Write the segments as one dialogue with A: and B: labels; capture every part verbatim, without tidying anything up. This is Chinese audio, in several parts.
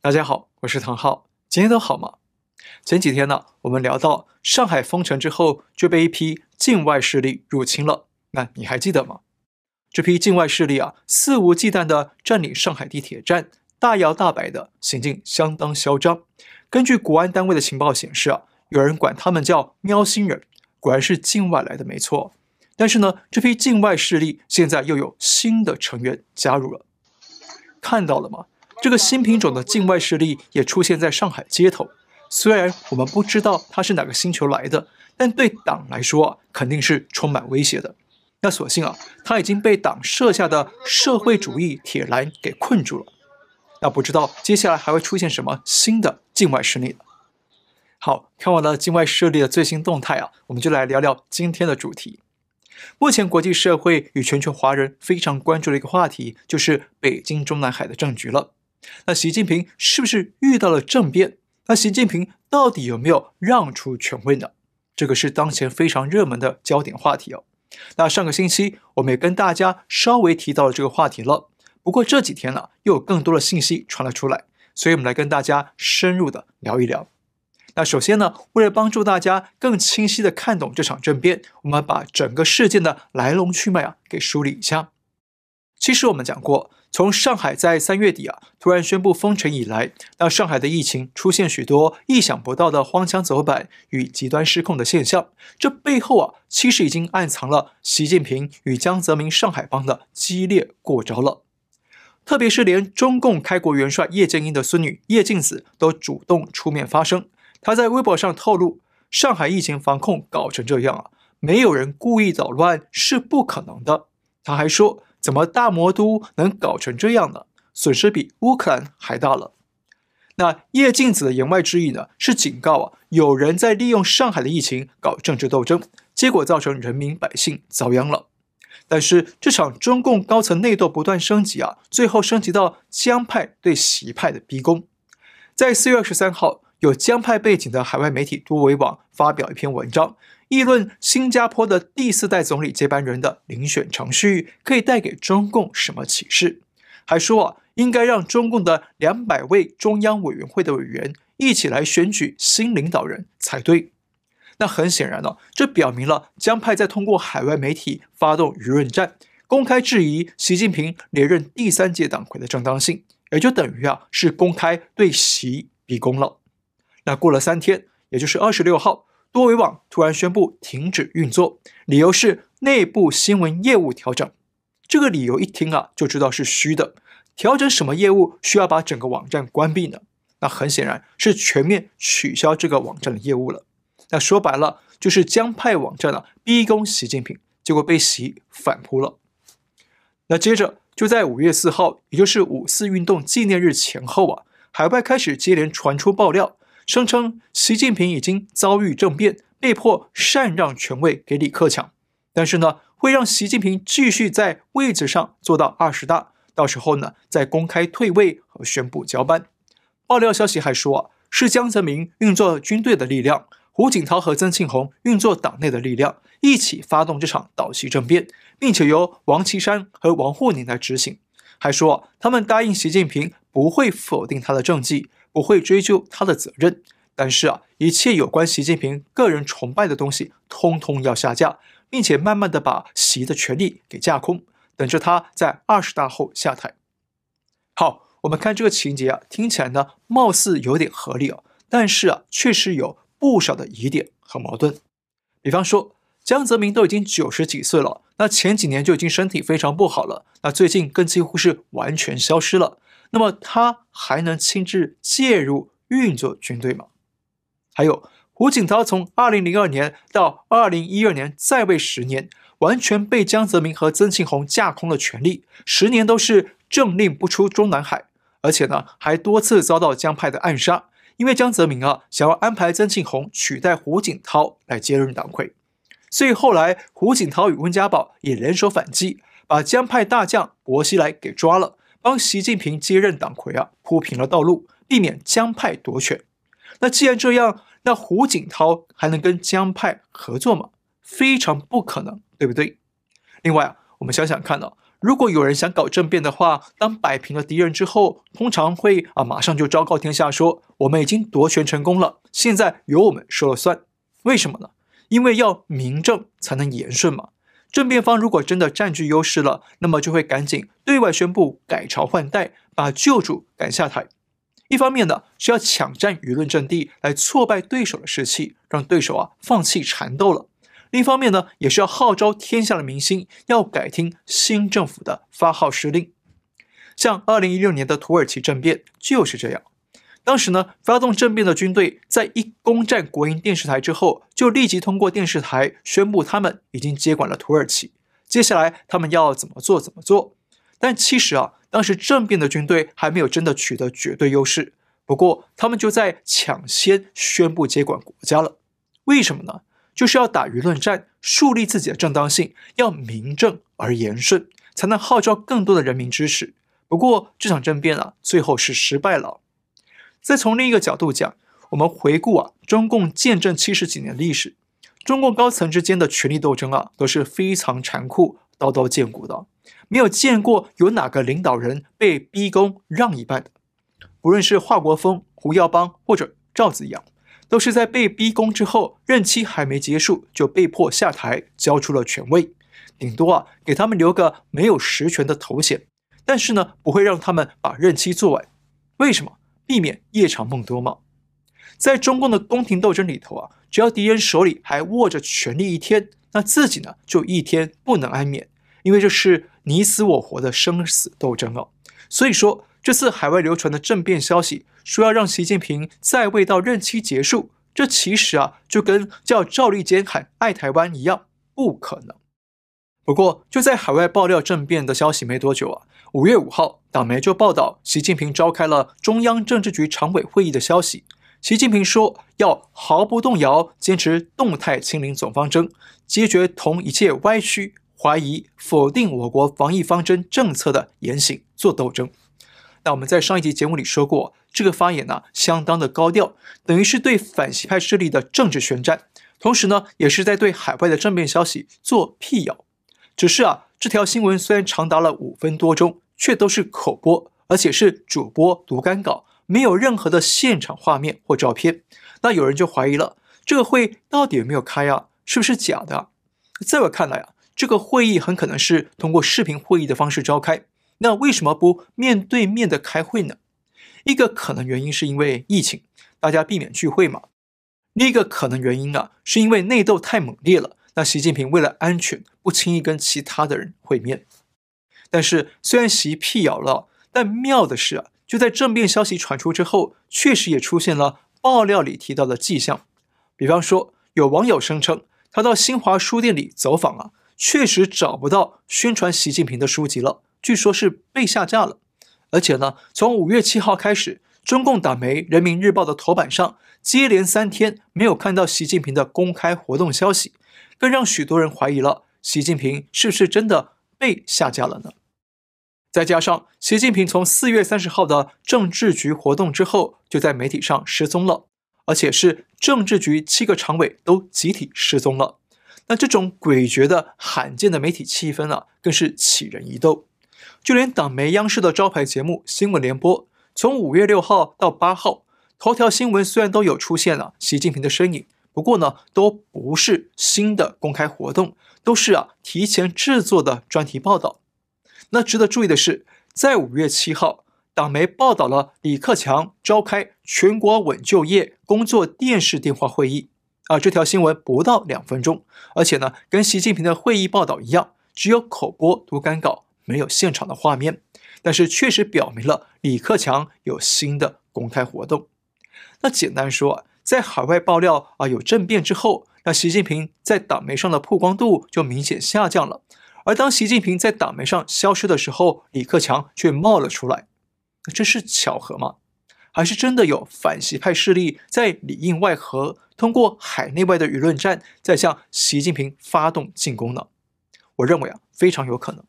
A: 大家好，我是唐浩，今天都好吗？前几天呢，我们聊到上海封城之后就被一批境外势力入侵了，那你还记得吗？这批境外势力啊，肆无忌惮地占领上海地铁站，大摇大摆的行径相当嚣张。根据国安单位的情报显示啊，有人管他们叫喵星人，果然是境外来的没错。但是呢，这批境外势力现在又有新的成员加入了，看到了吗？这个新品种的境外势力也出现在上海街头。虽然我们不知道它是哪个星球来的，但对党来说啊，肯定是充满威胁的。那所幸啊，它已经被党设下的社会主义铁栏给困住了。那不知道接下来还会出现什么新的境外势力呢？好，看完了境外势力的最新动态啊，我们就来聊聊今天的主题。目前国际社会与全球华人非常关注的一个话题，就是北京中南海的政局了。那习近平是不是遇到了政变？那习近平到底有没有让出权威呢？这个是当前非常热门的焦点话题哦。那上个星期我们也跟大家稍微提到了这个话题了，不过这几天呢、啊，又有更多的信息传了出来，所以我们来跟大家深入的聊一聊。那首先呢，为了帮助大家更清晰的看懂这场政变，我们把整个事件的来龙去脉啊给梳理一下。其实我们讲过，从上海在三月底啊突然宣布封城以来，那上海的疫情出现许多意想不到的荒腔走板与极端失控的现象，这背后啊其实已经暗藏了习近平与江泽民上海帮的激烈过招了。特别是连中共开国元帅叶剑英的孙女叶静子都主动出面发声，她在微博上透露，上海疫情防控搞成这样啊，没有人故意捣乱是不可能的。她还说，怎么大魔都能搞成这样呢？损失比乌克兰还大了。那叶静子的言外之意呢，是警告啊，有人在利用上海的疫情搞政治斗争，结果造成人民百姓遭殃了。但是这场中共高层内斗不断升级啊，最后升级到江派对习派的逼宫。在四月二十三号，有江派背景的海外媒体多维网发表一篇文章，议论新加坡的第四代总理接班人的遴选程序可以带给中共什么启示，还说啊，应该让中共的两百位中央委员会的委员一起来选举新领导人才对。那很显然呢，这表明了江派在通过海外媒体发动舆论战，公开质疑习近平连任第三届党魁的正当性，也就等于啊是公开对习逼宫了。那过了三天，也就是二十六号，多维网突然宣布停止运作，理由是内部新闻业务调整。这个理由一听啊，就知道是虚的。调整什么业务需要把整个网站关闭呢？那很显然是全面取消这个网站的业务了。那说白了，就是江派网站啊逼宫习近平，结果被习反扑了。那接着就在五月四号，也就是五四运动纪念日前后啊，海外开始接连传出爆料，声称习近平已经遭遇政变，被迫禅让权位给李克强，但是呢，会让习近平继续在位置上做到二十大，到时候呢，再公开退位和宣布交班。爆料消息还说啊，是江泽民运作军队的力量，胡锦涛和曾庆红运作党内的力量，一起发动这场倒习政变，并且由王岐山和王沪宁来执行。还说啊，他们答应习近平不会否定他的政绩，不会追究他的责任，但是啊，一切有关习近平个人崇拜的东西，通通要下架，并且慢慢的把习的权力给架空，等着他在二十大后下台。好，我们看这个情节啊，听起来呢，貌似有点合理啊，但是啊，确实有不少的疑点和矛盾。比方说，江泽民都已经九十几岁了，那前几年就已经身体非常不好了，那最近更几乎是完全消失了。那么他还能亲自介入运作军队吗？还有胡锦涛从二零零二年到二零一二年在位十年，完全被江泽民和曾庆红架空了权力，十年都是政令不出中南海，而且呢还多次遭到江派的暗杀，因为江泽民啊想要安排曾庆红取代胡锦涛来接任党魁，所以后来胡锦涛与温家宝也联手反击，把江派大将薄熙来给抓了，帮习近平接任党魁啊铺平了道路，避免江派夺权。那既然这样，那胡锦涛还能跟江派合作吗？非常不可能，对不对？另外啊，我们想想看啊， 如果有人想搞政变的话，当摆平了敌人之后，通常会啊马上就昭告天下说，我们已经夺权成功了，现在由我们说了算。为什么呢？因为要明正才能言顺嘛。政变方如果真的占据优势了，那么就会赶紧对外宣布改朝换代，把旧主赶下台。一方面呢，是要抢占舆论阵地，来挫败对手的士气，让对手啊放弃缠斗了。另一方面呢，也是要号召天下的民心，要改听新政府的发号施令。像二零一六年的土耳其政变就是这样。当时呢，发动政变的军队在一攻占国营电视台之后，就立即通过电视台宣布他们已经接管了土耳其，接下来他们要怎么做怎么做。但其实啊，当时政变的军队还没有真的取得绝对优势，不过他们就在抢先宣布接管国家了。为什么呢？就是要打舆论战，树立自己的正当性，要名正而言顺，才能号召更多的人民支持。不过这场政变啊，最后是失败了。再从另一个角度讲，我们回顾啊，中共建政七十几年的历史，中共高层之间的权力斗争啊，都是非常残酷、刀刀见骨的，没有见过有哪个领导人被逼宫让一半的。不论是华国锋、胡耀邦或者赵紫阳，都是在被逼宫之后，任期还没结束就被迫下台，交出了权位，顶多啊给他们留个没有实权的头衔，但是呢，不会让他们把任期做完。为什么？避免夜长梦多嘛。在中共的宫廷斗争里头啊，只要敌人手里还握着权力一天，那自己呢就一天不能安眠，因为这是你死我活的生死斗争哦。所以说，这次海外流传的政变消息，说要让习近平在位到任期结束，这其实啊就跟叫赵立坚喊爱台湾一样，不可能。不过，就在海外爆料政变的消息没多久啊，五月五号，党媒就报道习近平召开了中央政治局常委会议的消息。习近平说要毫不动摇坚持动态清零总方针，坚决同一切歪曲、怀疑、否定我国防疫方针政策的言行做斗争。那我们在上一集节目里说过，这个发言呢、啊、相当的高调，等于是对反习派势力的政治宣战，同时呢也是在对海外的政变消息做辟谣。只是啊，这条新闻虽然长达了五分多钟，却都是口播，而且是主播读干稿，没有任何的现场画面或照片。那有人就怀疑了，这个会到底有没有开啊？是不是假的啊？在我看来啊，这个会议很可能是通过视频会议的方式召开。那为什么不面对面的开会呢？一个可能原因是因为疫情，大家避免聚会嘛。另一个可能原因啊，是因为内斗太猛烈了。那习近平为了安全，不轻易跟其他的人会面。但是虽然习辟谣了，但妙的是啊，就在政变消息传出之后，确实也出现了爆料里提到的迹象。比方说，有网友声称他到新华书店里走访啊，确实找不到宣传习近平的书籍了，据说是被下架了。而且呢，从五月七号开始，中共党媒《人民日报》的头版上接连三天没有看到习近平的公开活动消息，更让许多人怀疑了习近平是不是真的被下架了呢？再加上习近平从四月三十号的政治局活动之后，就在媒体上失踪了，而且是政治局七个常委都集体失踪了。那这种诡谲的罕见的媒体气氛啊，更是起人疑窦。就连党媒央视的招牌节目《新闻联播》，从五月六号到八号，头条新闻虽然都有出现了习近平的身影，不过呢，都不是新的公开活动，都是啊提前制作的专题报道。那值得注意的是，在五月七号，党媒报道了李克强召开全国稳就业工作电视电话会议啊，这条新闻不到两分钟，而且呢，跟习近平的会议报道一样，只有口播读干稿，没有现场的画面，但是确实表明了李克强有新的公开活动。那简单说啊，在海外爆料啊有政变之后，那习近平在党媒上的曝光度就明显下降了。而当习近平在党媒上消失的时候，李克强却冒了出来。这是巧合吗？还是真的有反习派势力在里应外合，通过海内外的舆论战，在向习近平发动进攻呢？我认为啊，非常有可能。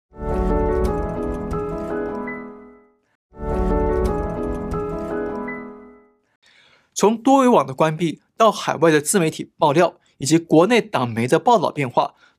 A: 从多维网的关闭到海外的自媒体爆料，以及国内党媒的报道变化，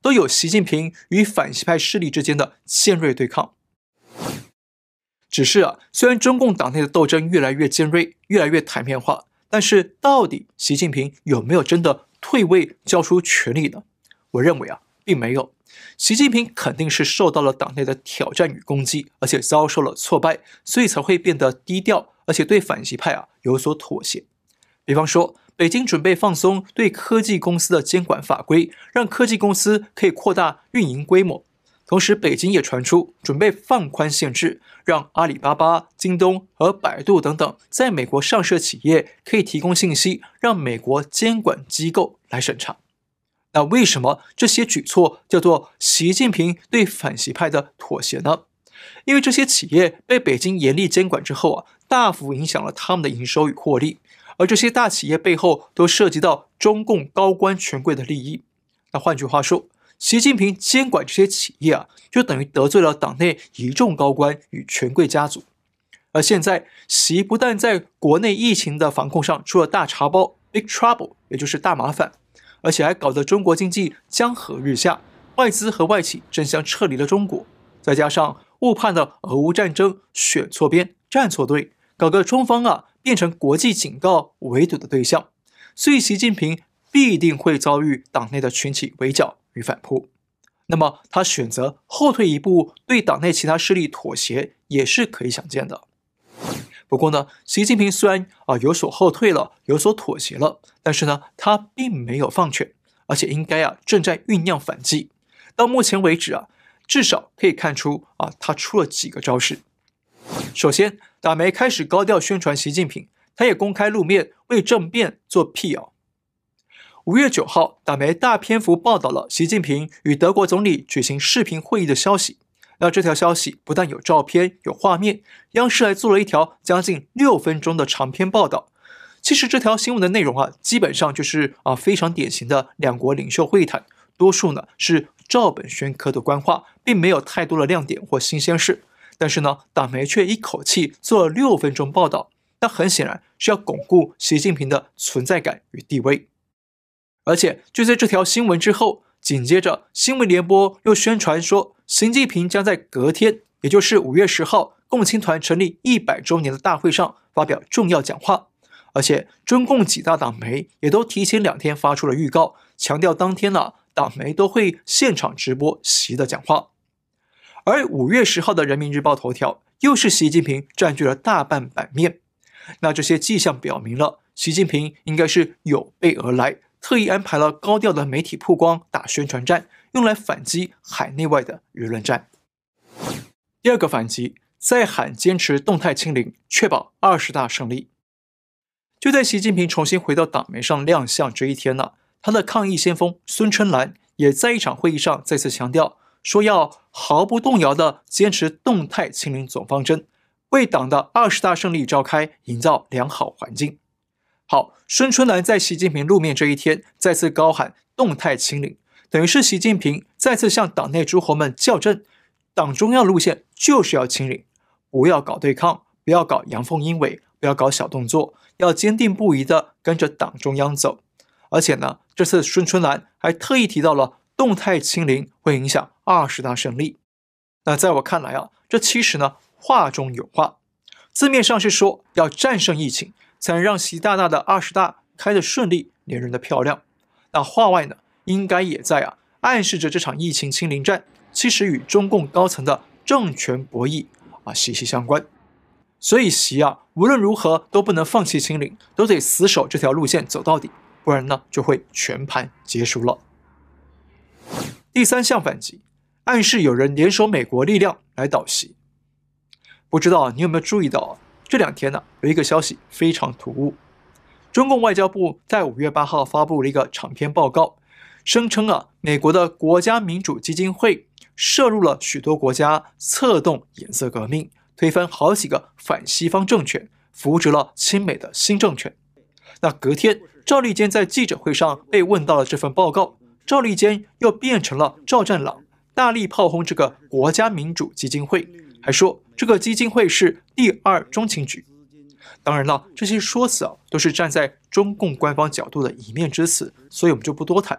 A: 都有习近平与反习派势力之间的尖锐对抗。只是啊，虽然中共党内的斗争越来越尖锐，越来越台面化，但是到底习近平有没有真的退位交出权力呢？我认为啊，并没有。习近平肯定是受到了党内的挑战与攻击，而且遭受了挫败，所以才会变得低调，而且对反习派啊有所妥协。比方说，北京准备放松对科技公司的监管法规，让科技公司可以扩大运营规模。同时，北京也传出准备放宽限制，让阿里巴巴、京东和百度等等在美国上市企业可以提供信息，让美国监管机构来审查。那为什么这些举措叫做习近平对反习派的妥协呢？因为这些企业被北京严厉监管之后啊，大幅影响了他们的营收与获利，而这些大企业背后都涉及到中共高官权贵的利益。那换句话说，习近平监管这些企业啊，就等于得罪了党内一众高官与权贵家族。而现在，习不但在国内疫情的防控上出了大茶包 （big trouble）， 也就是大麻烦，而且还搞得中国经济江河日下，外资和外企争相撤离了中国。再加上误判了俄乌战争，选错边，站错队，搞得中方啊变成国际警告围堵的对象，所以习近平必定会遭遇党内的群起围剿与反扑。那么他选择后退一步，对党内其他势力妥协，也是可以想见的。不过呢，习近平虽然啊有所后退了，有所妥协了，但是呢，他并没有放权，而且应该啊正在酝酿反击。到目前为止啊，至少可以看出啊，他出了几个招式。首先，党媒开始高调宣传习近平，他也公开露面为政变做辟谣。五月九号，党媒大篇幅报道了习近平与德国总理举行视频会议的消息。那这条消息不但有照片、有画面，央视还做了一条将近六分钟的长篇报道。其实这条新闻的内容啊，基本上就是啊非常典型的两国领袖会谈，多数呢是照本宣科的官话，并没有太多的亮点或新鲜事。但是呢，党媒却一口气做了六分钟报道，那很显然是要巩固习近平的存在感与地位。而且就在这条新闻之后，紧接着新闻联播又宣传说，习近平将在隔天，也就是五月十号，共青团成立一百周年的大会上发表重要讲话。而且中共几大党媒也都提前两天发出了预告，强调当天啊，党媒都会现场直播习的讲话。而五月十号的人民日报头条又是习近平占据了大半版面。那这些迹象表明了，习近平应该是有备而来，特意安排了高调的媒体曝光打宣传战，用来反击海内外的舆论战。第二个反击，在喊坚持动态清零，确保二十大胜利。就在习近平重新回到党媒上亮相这一天呢，他的抗疫先锋孙春兰也在一场会议上再次强调，说要毫不动摇地坚持动态清零总方针，为党的二十大胜利召开营造良好环境。好，孙春兰在习近平露面这一天再次高喊动态清零，等于是习近平再次向党内诸侯们校正，党中央路线就是要清零，不要搞对抗，不要搞阳奉阴违，不要搞小动作，要坚定不移地跟着党中央走。而且呢，这次孙春兰还特意提到了动态清零会影响二十大胜利。那在我看来啊，这其实呢话中有话，字面上是说要战胜疫情，才能让习大大的二十大开得顺利，连任得漂亮。那话外呢，应该也在啊暗示着这场疫情清零战其实与中共高层的政权博弈啊息息相关。所以习啊无论如何都不能放弃清零，都得死守这条路线走到底，不然呢就会全盘皆输了。第三项反击，暗示有人联手美国力量来倒习。不知道你有没有注意到啊，这两天呢、啊、有一个消息非常突兀。中共外交部在五月八号发布了一个长篇报告，声称啊美国的国家民主基金会涉入了许多国家，策动颜色革命，推翻好几个反西方政权，扶植了亲美的新政权。那隔天，赵立坚在记者会上被问到了这份报告，赵立坚又变成了赵战狼，大力炮轰这个国家民主基金会，还说这个基金会是第二中情局。当然了，这些说辞啊都是站在中共官方角度的一面之词，所以我们就不多谈。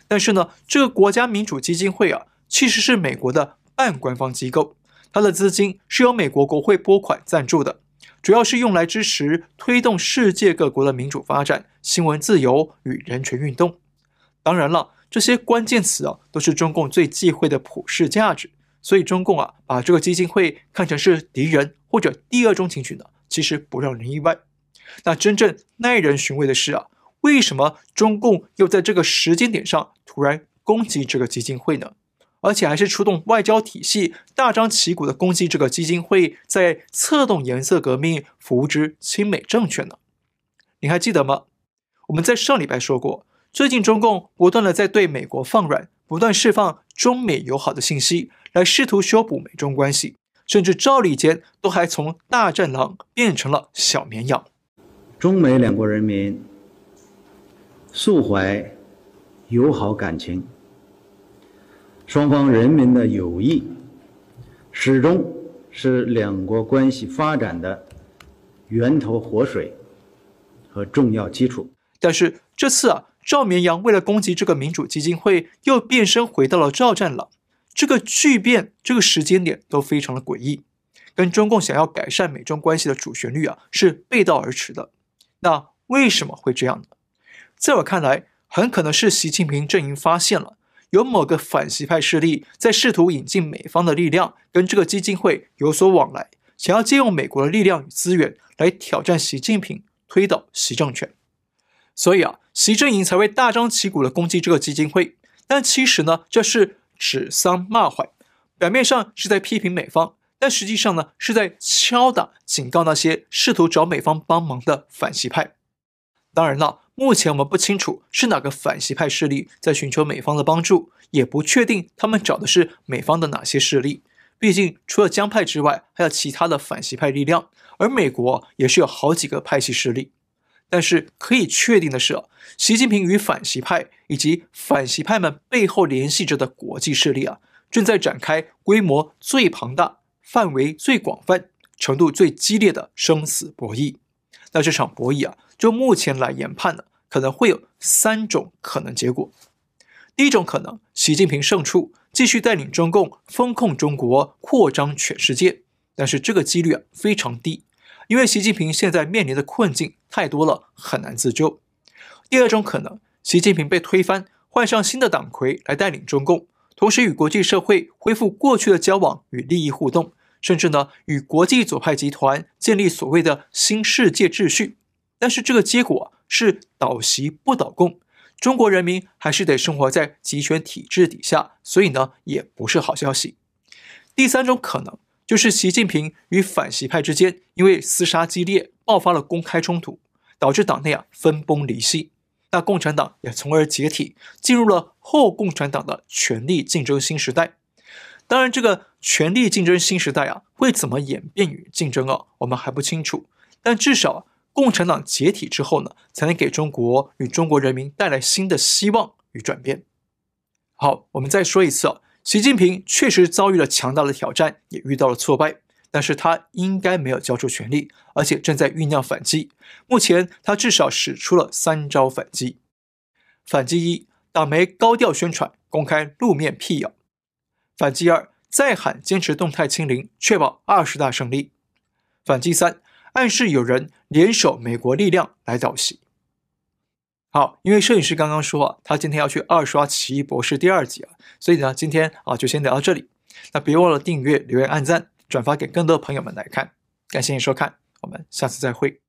A: 但是呢，这个国家民主基金会啊，其实是美国的半官方机构，它的资金是由美国国会拨款赞助的，主要是用来支持推动世界各国的民主发展、新闻自由与人权运动。当然了，这些关键词啊，都是中共最忌讳的普世价值，所以中共啊，把这个基金会看成是敌人或者第二中情局呢，其实不让人意外。那真正耐人寻味的是啊，为什么中共又在这个时间点上突然攻击这个基金会呢？而且还是出动外交体系，大张旗鼓的攻击这个基金会在策动颜色革命、扶植亲美政权呢？你还记得吗？我们在上礼拜说过，最近中共不断的在对美国放软，不断释放中美友好的信息，来试图修补美中关系，甚至照例间都还从大战狼变成了小绵羊。
B: 中美两国人民素怀友好感情，双方人民的友谊始终是两国关系发展的源头活水和重要基础。
A: 但是这次啊，赵绵羊为了攻击这个民主基金会，又变身回到了赵战狼，这个巨变，这个时间点都非常的诡异，跟中共想要改善美中关系的主旋律啊是背道而驰的。那为什么会这样呢？在我看来，很可能是习近平阵营发现了有某个反习派势力在试图引进美方的力量，跟这个基金会有所往来，想要借用美国的力量与资源来挑战习近平，推倒习政权。所以啊，习阵营才会大张旗鼓的攻击这个基金会，但其实呢，这是指桑骂槐，表面上是在批评美方，但实际上呢，是在敲打、警告那些试图找美方帮忙的反习派。当然了，目前我们不清楚是哪个反习派势力在寻求美方的帮助，也不确定他们找的是美方的哪些势力。毕竟除了江派之外，还有其他的反习派力量，而美国也是有好几个派系势力。但是可以确定的是，习近平与反习派以及反习派们背后联系着的国际势力啊，正在展开规模最庞大、范围最广泛、程度最激烈的生死博弈。那这场博弈啊，就目前来研判呢，可能会有三种可能结果。第一种可能，习近平胜出，继续带领中共封控中国，扩张全世界，但是这个几率啊非常低。因为习近平现在面临的困境太多了，很难自救。第二种可能，习近平被推翻，换上新的党魁来带领中共，同时与国际社会恢复过去的交往与利益互动，甚至呢与国际左派集团建立所谓的新世界秩序。但是这个结果是倒习不倒共，中国人民还是得生活在集权体制底下，所以呢也不是好消息。第三种可能，就是习近平与反习派之间因为厮杀激烈，爆发了公开冲突，导致党内啊分崩离析，那共产党也从而解体，进入了后共产党的权力竞争新时代。当然，这个权力竞争新时代啊，会怎么演变与竞争啊，我们还不清楚。但至少共产党解体之后呢，才能给中国与中国人民带来新的希望与转变。好，我们再说一次啊。习近平确实遭遇了强大的挑战，也遇到了挫败，但是他应该没有交出权力，而且正在酝酿反击。目前他至少使出了三招反击。反击一，党媒高调宣传，公开露面辟谣。反击二，再喊坚持动态清零，确保二十大胜利。反击三，暗示有人联手美国力量来倒习。好，因为摄影师刚刚说啊，他今天要去二刷《奇异博士》第二集啊，所以呢，今天啊就先聊到这里。那别忘了订阅、留言、按赞、转发给更多的朋友们来看。感谢你收看，我们下次再会。